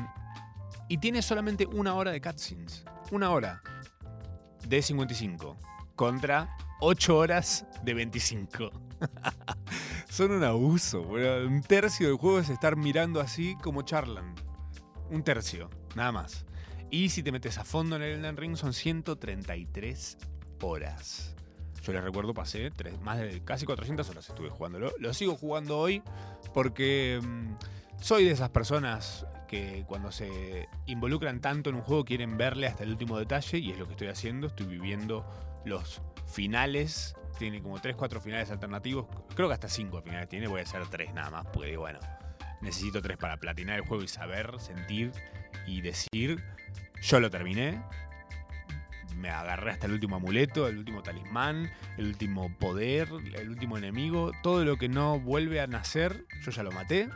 y tiene solamente una hora de cutscenes. Una hora de cincuenta y cinco. Contra ocho horas de veinticinco. Son un abuso, bro. Un tercio del juego es estar mirando así como charlan. Un tercio, nada más. Y si te metes a fondo en el Elden Ring son ciento treinta y tres horas. Yo les recuerdo, pasé tres, más de casi cuatrocientas horas estuve jugándolo. Lo sigo jugando hoy porque mmm, soy de esas personas que cuando se involucran tanto en un juego quieren verle hasta el último detalle, y es lo que estoy haciendo. Estoy viviendo los finales. Tiene como tres, cuatro finales alternativos. Creo que hasta cinco finales tiene. Voy a hacer tres nada más, porque bueno, necesito tres para platinar el juego y saber, sentir y decir: yo lo terminé. Me agarré hasta el último amuleto, el último talismán, el último poder, el último enemigo. Todo lo que no vuelve a nacer, yo ya lo maté.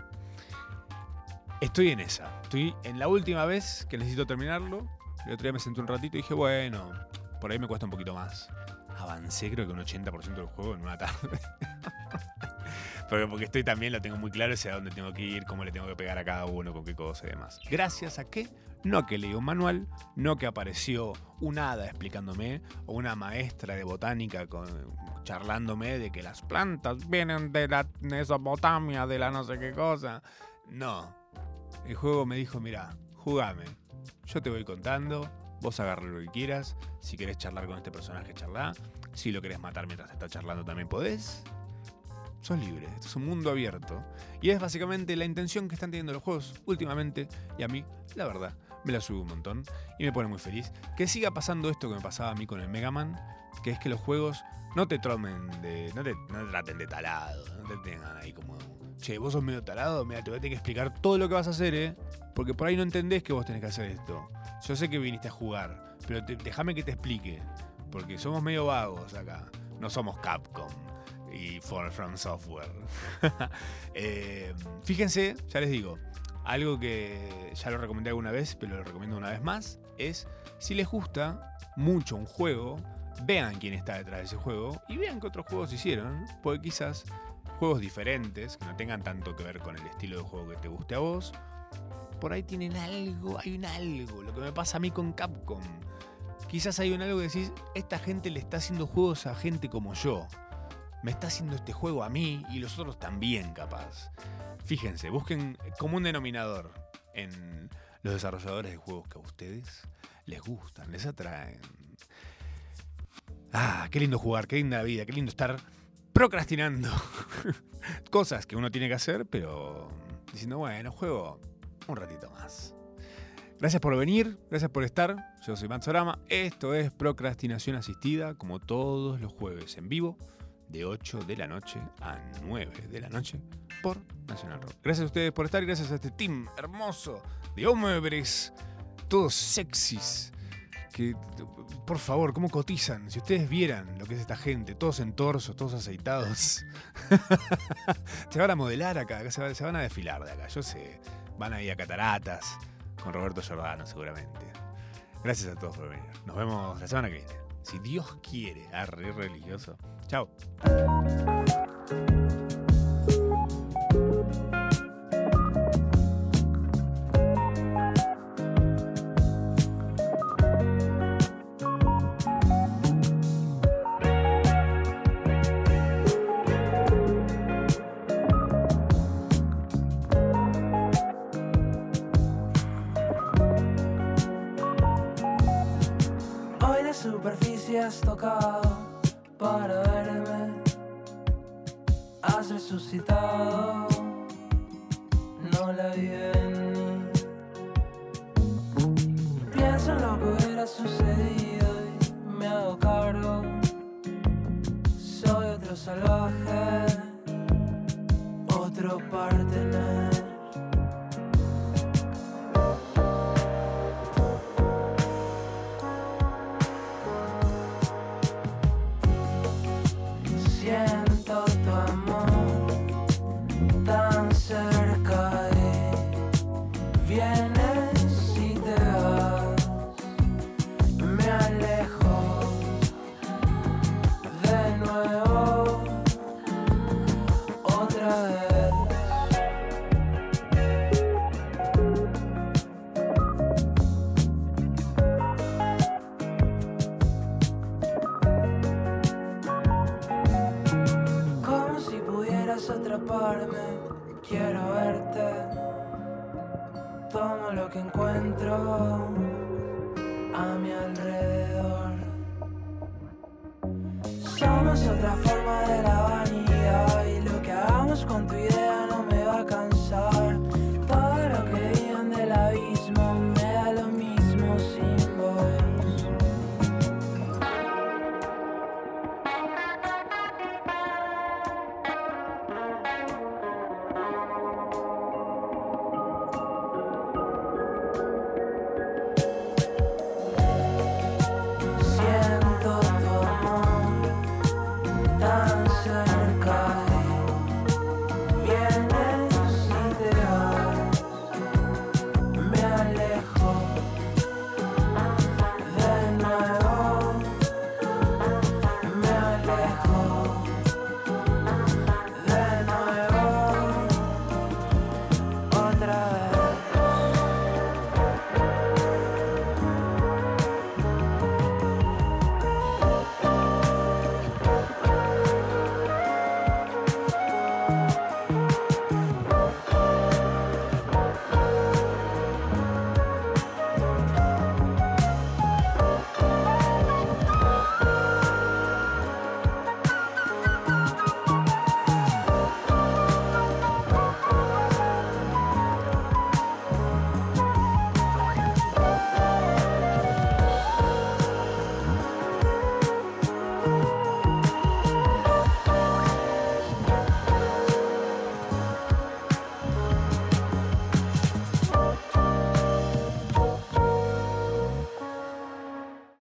Estoy en esa. Estoy en la última vez que necesito terminarlo. El otro día me senté un ratito y dije, bueno, por ahí me cuesta un poquito más. Avancé creo que un ochenta por ciento del juego en una tarde. Pero porque estoy también, lo tengo muy claro, sé a dónde tengo que ir, cómo le tengo que pegar a cada uno, con qué cosa y demás. Gracias a qué, no que leí un manual, no que apareció un hada explicándome, o una maestra de botánica con, charlándome de que las plantas vienen de la Mesopotamia, de la no sé qué cosa. No. El juego me dijo, mira, jugame. Yo te voy contando, vos agarra lo que quieras. Si querés charlar con este personaje, charlá. Si lo querés matar mientras te está charlando, también podés. Sos libre, esto es un mundo abierto. Y es básicamente la intención que están teniendo los juegos últimamente. Y a mí, la verdad, me la sube un montón. Y me pone muy feliz. Que siga pasando esto que me pasaba a mí con el Mega Man. Que es que los juegos no te tomen de... No te, no te traten de talado. No te tengan ahí como... Che, vos sos medio talado. Mira, te voy a tener que explicar todo lo que vas a hacer, ¿eh? Porque por ahí no entendés que vos tenés que hacer esto. Yo sé que viniste a jugar. Pero te, déjame que te explique. Porque somos medio vagos acá. No somos Capcom y From Software. eh, fíjense, ya les digo, algo que ya lo recomendé alguna vez, pero lo recomiendo una vez más, es si les gusta mucho un juego, vean quién está detrás de ese juego y vean qué otros juegos hicieron, porque quizás juegos diferentes, que no tengan tanto que ver con el estilo de juego que te guste a vos, por ahí tienen algo, hay un algo, lo que me pasa a mí con Capcom. Quizás hay un algo que decís, esta gente le está haciendo juegos a gente como yo. Me está haciendo este juego a mí y los otros también, capaz. Fíjense, busquen común denominador en los desarrolladores de juegos que a ustedes les gustan, les atraen. Ah, qué lindo jugar, qué linda vida, qué lindo estar procrastinando. Cosas que uno tiene que hacer, pero diciendo, bueno, juego un ratito más. Gracias por venir, gracias por estar. Yo soy Matsorama. Esto es Procrastinación Asistida, como todos los jueves en vivo, de ocho de la noche a nueve de la noche por Nacional Rock. Gracias a ustedes por estar y gracias a este team hermoso de hombres, todos sexys, que, por favor, cómo cotizan. Si ustedes vieran lo que es esta gente, todos en torsos, todos aceitados. Se van a modelar acá, se, se van a desfilar de acá, yo sé. Van a ir a Cataratas con Roberto Giordano seguramente. Gracias a todos por venir. Nos vemos la semana que viene. Si Dios quiere. Arre religioso. Chao. Has tocado para verme, has resucitado, no la vi venir. Pienso en lo que hubiera sucedido y me hago cargo. Soy otro salvaje, otro partener. Siento tu amor Vienes y te vas, me alejo de nuevo, otra vez. Como si pudieras atraparme, quiero verte. Tomo lo que encuentro a mi alrededor. Somos otra forma de la vanidad y lo que hagamos con tu idea